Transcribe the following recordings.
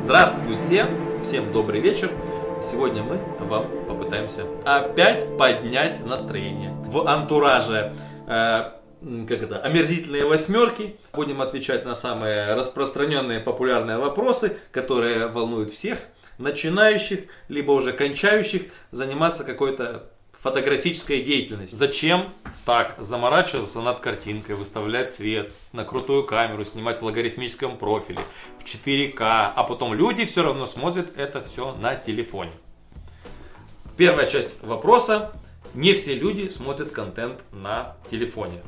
Здравствуйте, всем добрый вечер. Сегодня мы вам попытаемся опять поднять настроение. В антураже омерзительные восьмерки. Будем отвечать на самые распространенные популярные вопросы, которые волнуют всех начинающих, либо уже кончающих заниматься какой-то фотографической деятельностью. Зачем так заморачиваться над картинкой, выставлять свет на крутую камеру, снимать в логарифмическом профиле, в 4К, а потом люди все равно смотрят это все на телефоне? Первая часть вопроса. Не все люди смотрят контент на телефоне.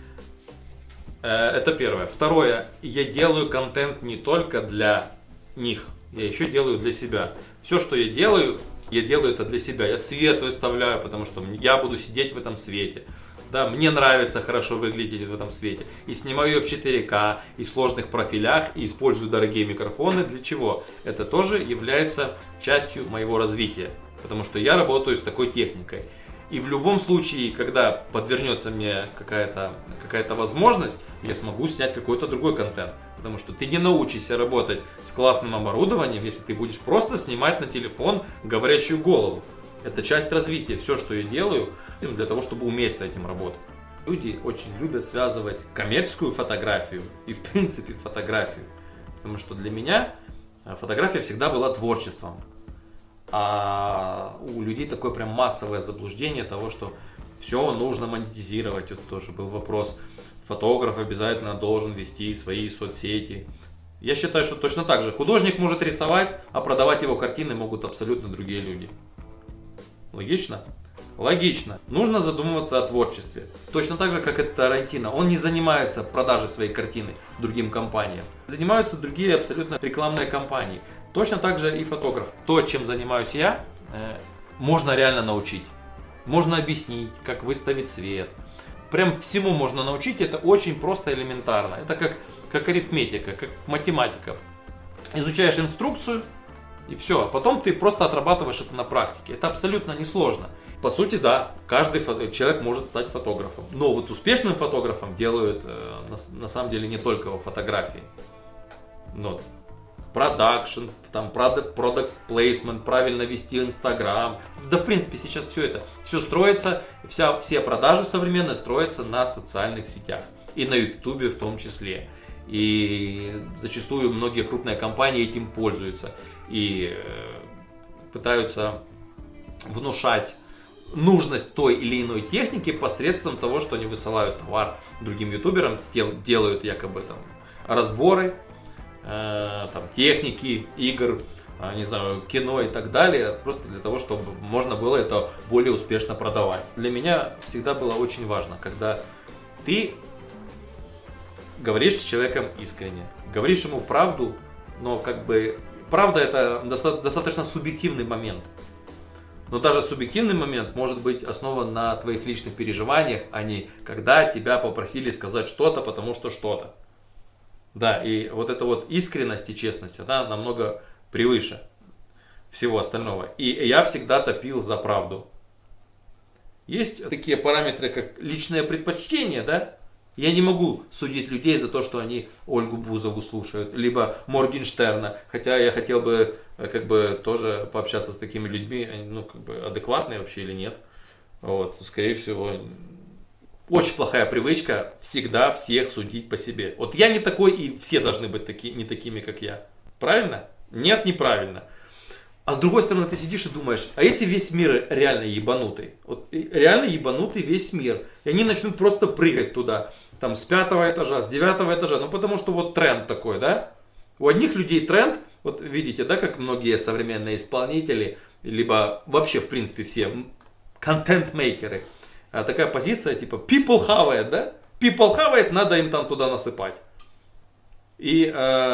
Это первое. Второе. Я делаю контент не только для них, я еще делаю для себя. Все, что я делаю это для себя. Я свет выставляю, потому что я буду сидеть в этом свете. Да, мне нравится хорошо выглядеть в этом свете. И снимаю ее в 4К, и в сложных профилях, и использую дорогие микрофоны. Для чего? Это тоже является частью моего развития. Потому что я работаю с такой техникой. И в любом случае, когда подвернется мне какая-то возможность, я смогу снять какой-то другой контент. Потому что ты не научишься работать с классным оборудованием, если ты будешь просто снимать на телефон говорящую голову. Это часть развития. Все, что я делаю, для того, чтобы уметь с этим работать. Люди очень любят связывать коммерческую фотографию и, в принципе, фотографию. Потому что для меня фотография всегда была творчеством. А у людей такое прям массовое заблуждение того, что все нужно монетизировать. Вот тоже был вопрос. Фотограф обязательно должен вести свои соцсети. Я считаю, что точно так же. Художник может рисовать, а продавать его картины могут абсолютно другие люди. Логично? Логично. Нужно задумываться о творчестве. Точно так же, как это Тарантино. Он не занимается продажей своей картины другим компаниям. Занимаются другие абсолютно рекламные компании. Точно так же и фотограф. То, чем занимаюсь я, можно реально научить. Можно объяснить, как выставить свет. Прям всему можно научить. Это очень просто, элементарно. Это как арифметика, как математика. Изучаешь инструкцию и все. Потом ты просто отрабатываешь это на практике. Это абсолютно несложно. По сути, да, каждый человек может стать фотографом. Но вот успешным фотографом делают на самом деле не только фотографии. Но продакшн, там продакт плейсмент, правильно вести Инстаграм. Да, в принципе, сейчас все строится, все продажи современные строятся на социальных сетях. И на Ютубе в том числе. И зачастую многие крупные компании этим пользуются. И пытаются внушать нужность той или иной техники посредством того, что они высылают товар другим ютуберам, делают якобы там разборы, техники, игр, не знаю, кино и так далее, просто для того, чтобы можно было это более успешно продавать. Для меня всегда было очень важно, когда ты говоришь с человеком искренне, говоришь ему правду, но правда это достаточно субъективный момент. Но даже субъективный момент может быть основан на твоих личных переживаниях, а не когда тебя попросили сказать что-то, потому что что-то. Да, и вот эта вот искренность и честность, она намного превыше всего остального. И я всегда топил за правду. Есть такие параметры, как личное предпочтение, да? Я не могу судить людей за то, что они Ольгу Бузову слушают, либо Моргенштерна. Хотя я хотел бы тоже пообщаться с такими людьми, они адекватные вообще или нет. Вот, скорее всего. Очень плохая привычка всегда всех судить по себе. Вот я не такой, и все должны быть не такими, как я. Правильно? Нет, неправильно. А с другой стороны, ты сидишь и думаешь, а если весь мир реально ебанутый? Вот реально ебанутый весь мир. И они начнут просто прыгать туда. Там с 5-го этажа, с 9-го этажа. Ну потому что вот тренд такой, да? У одних людей тренд, вот видите, да, как многие современные исполнители, либо вообще, в принципе, все контент-мейкеры. Такая позиция, типа, people хавает, да? People хавает, надо им там туда насыпать. И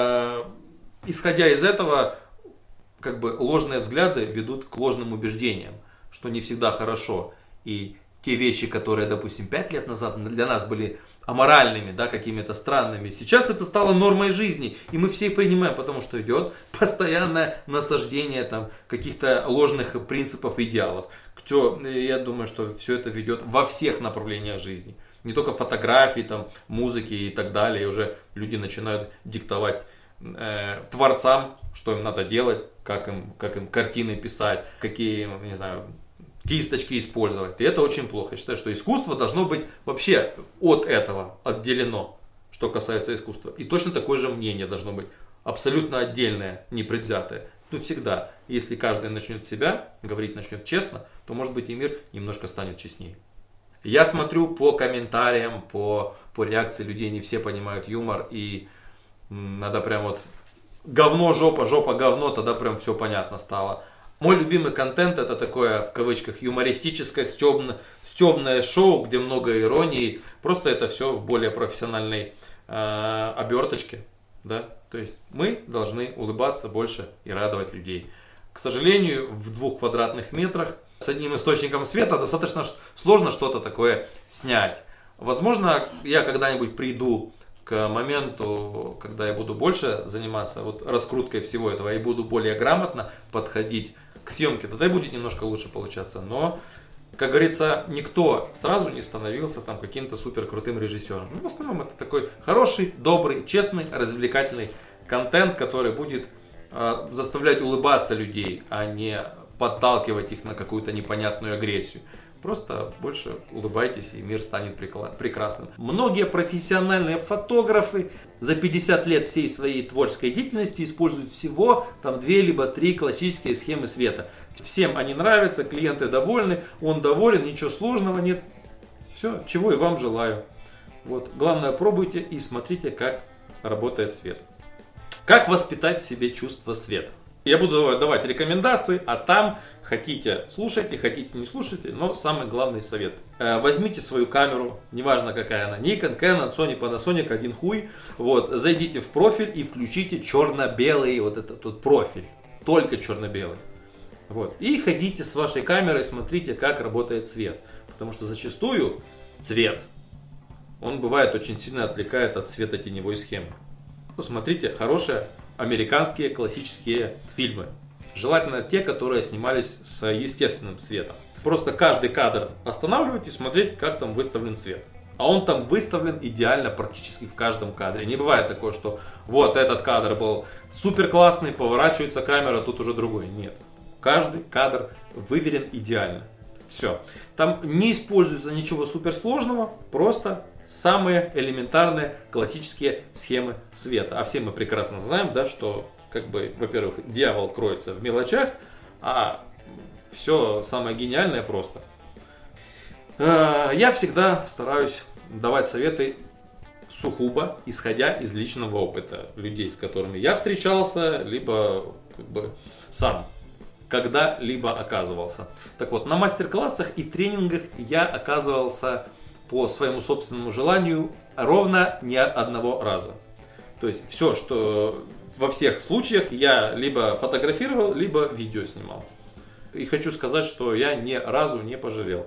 исходя из этого, ложные взгляды ведут к ложным убеждениям, что не всегда хорошо. И те вещи, которые, допустим, 5 лет назад для нас были аморальными, да, какими-то странными, сейчас это стало нормой жизни. И мы все их принимаем, потому что идет постоянное насаждение там каких-то ложных принципов и идеалов. Я думаю, что все это ведет во всех направлениях жизни. Не только фотографии, там, музыки и так далее. И уже люди начинают диктовать творцам, что им надо делать, как им картины писать, какие, не знаю, кисточки использовать. И это очень плохо. Я считаю, что искусство должно быть вообще от этого отделено, что касается искусства. И точно такое же мнение должно быть абсолютно отдельное, непредвзятое. Ну, всегда, если каждый начнет себя, говорить начнет честно, то, может быть, и мир немножко станет честнее. Я смотрю по комментариям, по реакции людей, не все понимают юмор, и надо прям вот говно, жопа, жопа, говно, тогда прям все понятно стало. Мой любимый контент это такое, в кавычках, юмористическое, стебное шоу, где много иронии. Просто это все в более профессиональной оберточке. Да? То есть мы должны улыбаться больше и радовать людей. К сожалению, в 2 квадратных метрах с одним источником света достаточно сложно что-то такое снять. Возможно, я когда-нибудь приду к моменту, когда я буду больше заниматься вот раскруткой всего этого и буду более грамотно подходить к съемке, тогда и будет немножко лучше получаться. Но, как говорится, никто сразу не становился там каким-то супер крутым режиссером. Ну, в основном это такой хороший, добрый, честный, развлекательный контент, который будет заставлять улыбаться людей, а не подталкивать их на какую-то непонятную агрессию. Просто больше улыбайтесь, и мир станет прекрасным. Многие профессиональные фотографы за 50 лет всей своей творческой деятельности используют всего там 2 либо 3 классические схемы света. Всем они нравятся, клиенты довольны, он доволен, ничего сложного нет. Все, чего и вам желаю. Вот. Главное, пробуйте и смотрите, как работает свет. Как воспитать в себе чувство света? Я буду давать рекомендации, а там хотите слушайте, хотите не слушайте, но самый главный совет. Возьмите свою камеру, неважно какая она, Nikon, Canon, Sony, Panasonic, один хуй. Вот, зайдите в профиль и включите черно-белый вот этот вот профиль. Только черно-белый. Вот. И ходите с вашей камерой, смотрите, как работает свет. Потому что зачастую цвет, он бывает очень сильно отвлекает от светотеневой схемы. Посмотрите хорошие американские классические фильмы. Желательно те, которые снимались с естественным светом. Просто каждый кадр останавливать и смотреть, как там выставлен цвет. А он там выставлен идеально практически в каждом кадре. Не бывает такое, что вот этот кадр был супер классный, поворачивается камера, тут уже другой. Нет. Каждый кадр выверен идеально. Все. Там не используется ничего суперсложного, просто самые элементарные классические схемы света. А все мы прекрасно знаем, да, что, как бы, во-первых, дьявол кроется в мелочах, а все самое гениальное просто. Я всегда стараюсь давать советы сугубо исходя из личного опыта людей, с которыми я встречался, либо как бы сам когда-либо оказывался. Так вот, на мастер-классах и тренингах я оказывался по своему собственному желанию ровно не одного раза. То есть все, что во всех случаях я либо фотографировал, либо видео снимал. И хочу сказать, что я ни разу не пожалел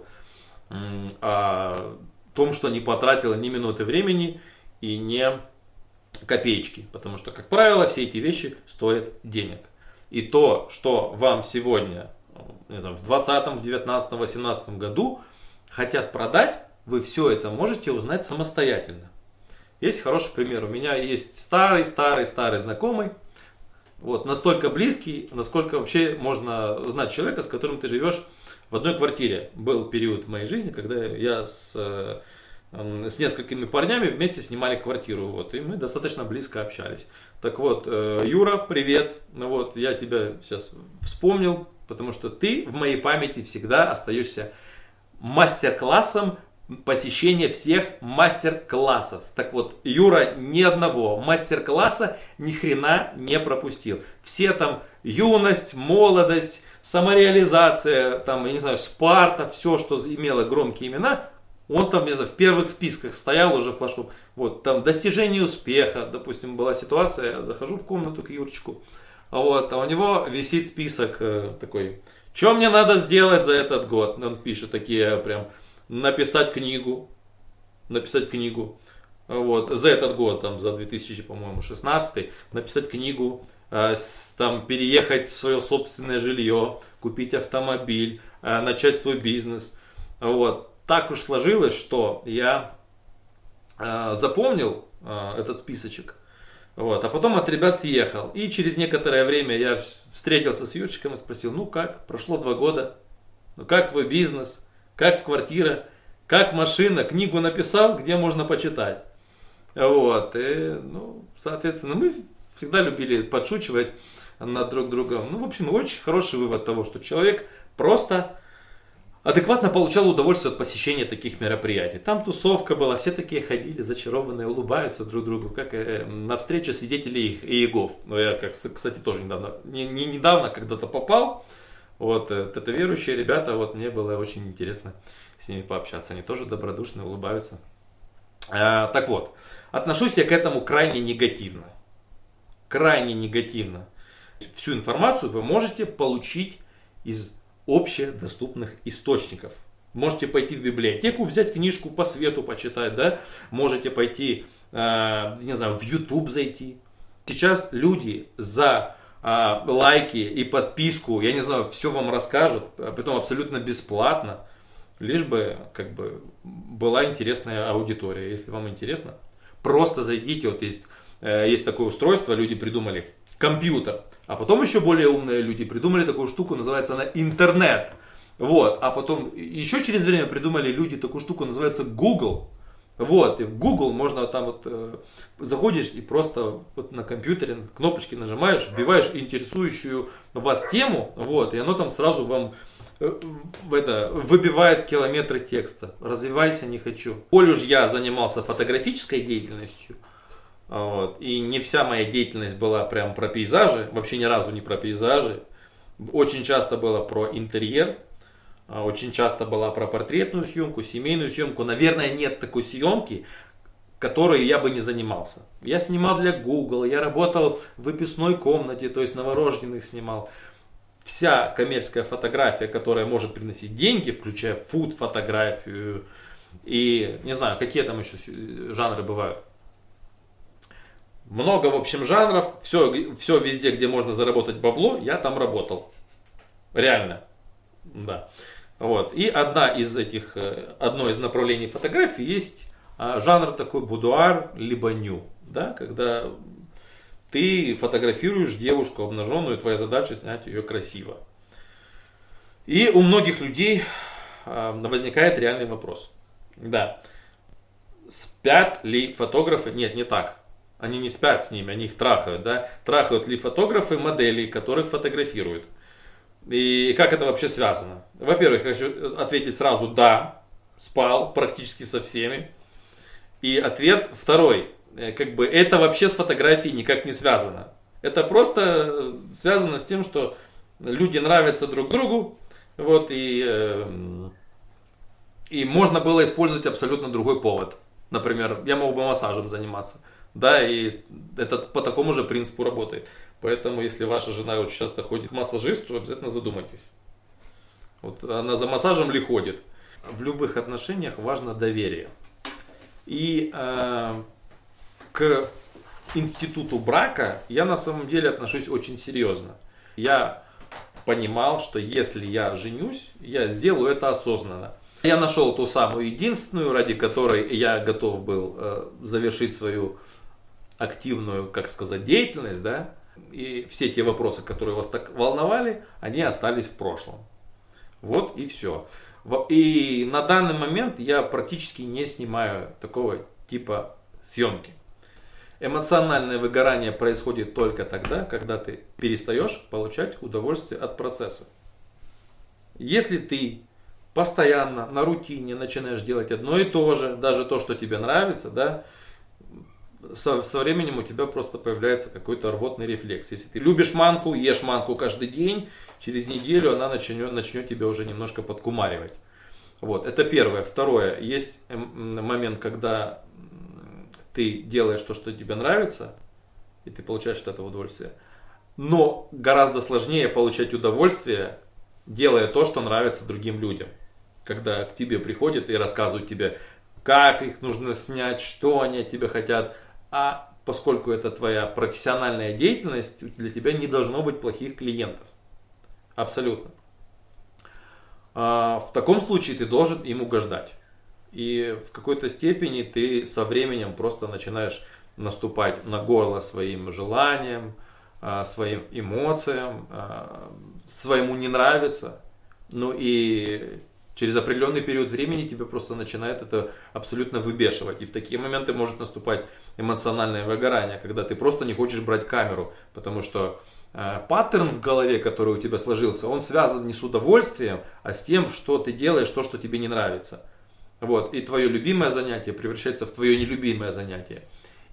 о том, что не потратил ни минуты времени и ни копеечки. Потому что, как правило, все эти вещи стоят денег. И то, что вам сегодня, не знаю, в 2020, в 2019, 2018 году хотят продать, вы все это можете узнать самостоятельно. Есть хороший пример. У меня есть старый знакомый. Вот, настолько близкий, насколько вообще можно знать человека, с которым ты живешь в одной квартире. Был период в моей жизни, когда я с несколькими парнями вместе снимали квартиру. Вот, и мы достаточно близко общались. Так вот, Юра, привет. Ну вот, я тебя сейчас вспомнил, потому что ты в моей памяти всегда остаешься мастер-классом посещения всех мастер-классов. Так вот, Юра ни одного мастер-класса ни хрена не пропустил. Все там юность, молодость, самореализация, там, я не знаю, Спарта, все, что имело громкие имена, он там, не знаю, в первых списках стоял уже флажком. Вот, там, достижение успеха, допустим, была ситуация, я захожу в комнату к Юрчику, вот, а у него висит список такой, что мне надо сделать за этот год? Он пишет такие прям, написать книгу, вот, за этот год, там, за 2016, написать книгу, там, переехать в свое собственное жилье, купить автомобиль, начать свой бизнес. Вот. Так уж сложилось, что я запомнил этот списочек. Вот. А потом от ребят съехал. И через некоторое время я встретился с Юрчиком и спросил, ну как, прошло 2 года, ну как твой бизнес, как квартира, как машина, книгу написал, где можно почитать. Вот. И, ну, соответственно, мы всегда любили подшучивать над друг другом. Ну, в общем, очень хороший вывод того, что человек просто адекватно получал удовольствие от посещения таких мероприятий. Там тусовка была, все такие ходили, зачарованные, улыбаются друг другу, как на встрече свидетелей Иеговы. Ну, я, кстати, тоже недавно когда-то попал. Вот, это верующие ребята, вот мне было очень интересно с ними пообщаться. Они тоже добродушно улыбаются. Так вот, отношусь я к этому крайне негативно. Крайне негативно. Всю информацию вы можете получить из общедоступных источников. Можете пойти в библиотеку, взять книжку по свету, почитать, да? Можете пойти, не знаю, в YouTube зайти. Сейчас люди за лайки и подписку, я не знаю, все вам расскажут, притом абсолютно бесплатно, лишь бы как бы была интересная аудитория. Если вам интересно, просто зайдите, вот есть такое устройство, люди придумали, компьютер. А потом еще более умные люди придумали такую штуку, называется она интернет. Вот. А потом еще через время придумали люди такую штуку, называется Google. Вот. И в Google можно там вот заходишь и просто вот на компьютере кнопочки нажимаешь, вбиваешь интересующую вас тему, вот, и оно там сразу вам выбивает километры текста. Развивайся не хочу. Коль уж я занимался фотографической деятельностью, вот, и не вся моя деятельность была прям про пейзажи, вообще ни разу не про пейзажи. Очень часто было про интерьер, очень часто была про портретную съемку, семейную съемку. Наверное, нет такой съемки, которой я бы не занимался. Я снимал для Google, я работал в выпускной комнате, то есть новорожденных снимал. Вся коммерческая фотография, которая может приносить деньги, включая фуд-фотографию и не знаю, какие там еще жанры бывают. Много, в общем, жанров, все везде, где можно заработать бабло, я там работал. Реально. Да. Вот. И одно из направлений фотографии есть жанр такой будуар, либо ню. Да? Когда ты фотографируешь девушку обнаженную, твоя задача снять ее красиво. И у многих людей возникает реальный вопрос. Да. Спят ли фотографы? Нет, не так. Они не спят с ними, они их трахают. Да? Трахают ли фотографы моделей, которых фотографируют? И как это вообще связано? Во-первых, я хочу ответить сразу: да, спал практически со всеми. И ответ второй. Как бы это вообще с фотографией никак не связано. Это просто связано с тем, что люди нравятся друг другу. Вот, и можно было использовать абсолютно другой повод. Например, я мог бы массажем заниматься. Да, и это по такому же принципу работает. Поэтому, если ваша жена очень часто ходит к массажисту, обязательно задумайтесь. Вот она за массажем ли ходит? В любых отношениях важно доверие. И к институту брака я на самом деле отношусь очень серьезно. Я понимал, что если я женюсь, я сделаю это осознанно. Я нашел ту самую единственную, ради которой я готов был завершить свою активную, как сказать, деятельность, да, и все те вопросы, которые вас так волновали, они остались в прошлом. Вот и все. И на данный момент я практически не снимаю такого типа съемки. Эмоциональное выгорание происходит только тогда, когда ты перестаешь получать удовольствие от процесса. Если ты постоянно на рутине начинаешь делать одно и то же, даже то, что тебе нравится, да, со временем у тебя просто появляется какой-то рвотный рефлекс. Если ты любишь манку, ешь манку каждый день, через неделю она начнет тебя уже немножко подкумаривать. Вот, это первое. Второе, есть момент, когда ты делаешь то, что тебе нравится, и ты получаешь от этого удовольствие. Но гораздо сложнее получать удовольствие, делая то, что нравится другим людям. Когда к тебе приходят и рассказывают тебе, как их нужно снять, что они от тебя хотят. А поскольку это твоя профессиональная деятельность, для тебя не должно быть плохих клиентов. Абсолютно. В таком случае ты должен им угождать. И в какой-то степени ты со временем просто начинаешь наступать на горло своим желаниям, своим эмоциям, своему не нравится. Ну и через определенный период времени тебя просто начинает это абсолютно выбешивать. И в такие моменты может наступать эмоциональное выгорание, когда ты просто не хочешь брать камеру, потому что паттерн в голове, который у тебя сложился, он связан не с удовольствием, а с тем, что ты делаешь, то, что тебе не нравится. Вот. И твое любимое занятие превращается в твое нелюбимое занятие.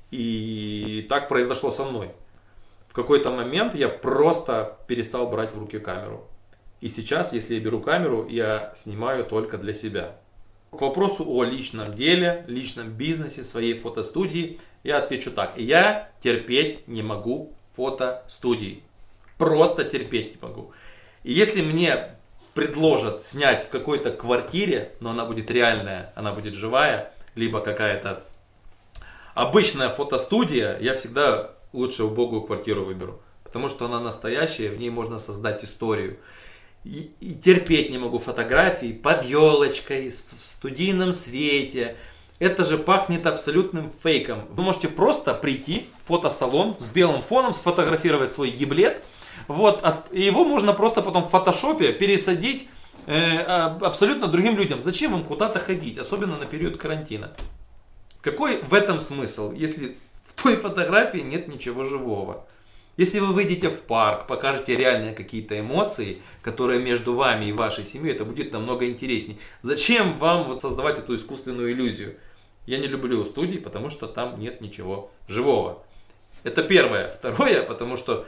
И так произошло со мной. В какой-то момент я просто перестал брать в руки камеру. И сейчас, если я беру камеру, я снимаю только для себя. К вопросу о личном деле, личном бизнесе, своей фотостудии, я отвечу так. Я терпеть не могу фотостудии. Просто терпеть не могу. И если мне предложат снять в какой-то квартире, но она будет реальная, она будет живая, либо какая-то обычная фотостудия, я всегда лучше убогую квартиру выберу. Потому что она настоящая, в ней можно создать историю. И терпеть не могу фотографии под елочкой, в студийном свете. Это же пахнет абсолютным фейком. Вы можете просто прийти в фотосалон с белым фоном, сфотографировать свой еблет. Вот, и его можно просто потом в фотошопе пересадить абсолютно другим людям. Зачем вам куда-то ходить, особенно на период карантина? Какой в этом смысл, если в той фотографии нет ничего живого? Если вы выйдете в парк, покажете реальные какие-то эмоции, которые между вами и вашей семьей, это будет намного интереснее. Зачем вам вот создавать эту искусственную иллюзию? Я не люблю студии, потому что там нет ничего живого. Это первое. Второе, потому что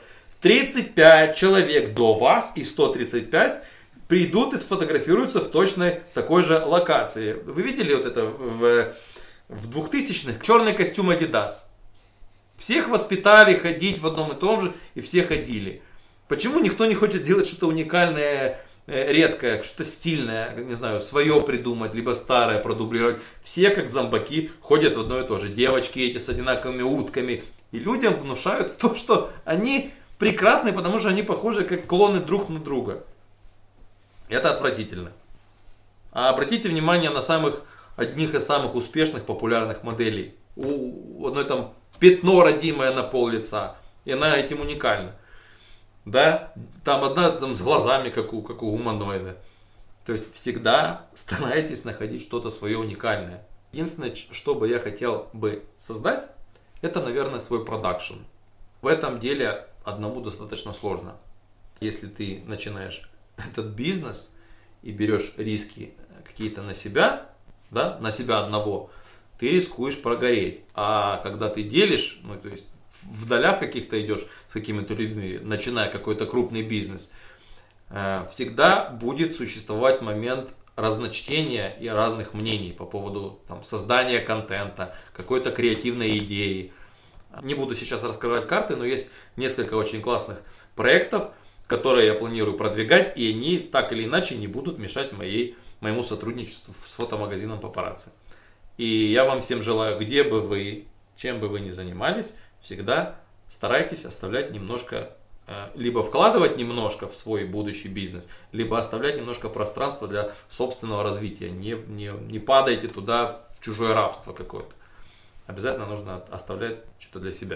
35 человек до вас и 135 придут и сфотографируются в точной такой же локации. Вы видели вот это в 2000-х? Черный костюм Adidas. Всех воспитали ходить в одном и том же, и все ходили. Почему никто не хочет делать что-то уникальное, редкое, что-то стильное, не знаю, свое придумать, либо старое продублировать? Все, как зомбаки, ходят в одно и то же. Девочки эти с одинаковыми утками. И людям внушают в то, что они прекрасны, потому что они похожи как клоны друг на друга. Это отвратительно. А обратите внимание на одних из самых успешных, популярных моделей. У одной там пятно родимое на пол лица. И она этим уникальна. Да? Там одна там, с глазами, как у гуманоида. То есть всегда старайтесь находить что-то свое уникальное. Единственное, что бы я хотел бы создать, это, наверное, свой продакшн. В этом деле одному достаточно сложно. Если ты начинаешь этот бизнес и берешь риски какие-то на себя, да, на себя одного, ты рискуешь прогореть. А когда ты делишь, ну, то есть в долях каких-то идешь с какими-то людьми, начиная какой-то крупный бизнес, всегда будет существовать момент разночтения и разных мнений по поводу там, создания контента, какой-то креативной идеи. Не буду сейчас раскрывать карты, но есть несколько очень классных проектов, которые я планирую продвигать, и они так или иначе не будут мешать моему сотрудничеству с фотомагазином Paparazzi. И я вам всем желаю, где бы вы, чем бы вы ни занимались, всегда старайтесь оставлять немножко, либо вкладывать немножко в свой будущий бизнес, либо оставлять немножко пространства для собственного развития. Не падайте туда в чужое рабство какое-то. Обязательно нужно оставлять что-то для себя.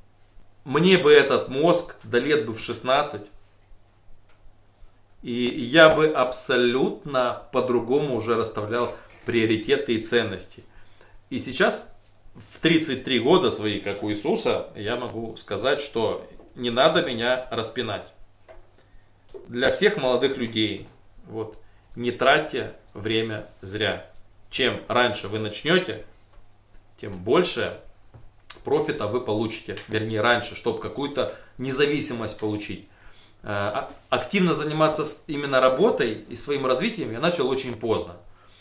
Мне бы этот мозг до лет бы в 16, и я бы абсолютно по-другому уже расставлял приоритеты и ценности. И сейчас, в 33 года свои, как у Иисуса, я могу сказать, что не надо меня распинать. Для всех молодых людей, вот, не тратьте время зря. Чем раньше вы начнете, тем больше профита вы получите. Вернее, раньше, чтобы какую-то независимость получить. Активно заниматься именно работой и своим развитием я начал очень поздно.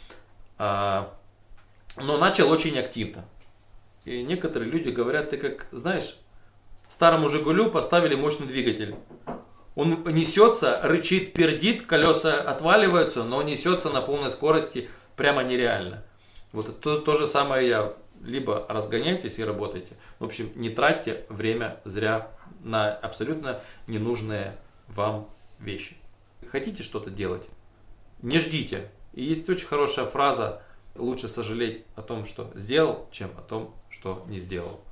Но начал очень активно. И некоторые люди говорят, ты как, знаешь, старому Жигулю поставили мощный двигатель. Он несется, рычит, пердит, колеса отваливаются, но несется на полной скорости прямо нереально. Вот то же самое я. Либо разгоняйтесь и работайте. В общем, не тратьте время зря на абсолютно ненужные вам вещи. Хотите что-то делать? Не ждите. И есть очень хорошая фраза: лучше сожалеть о том, что сделал, чем о том, что не сделал.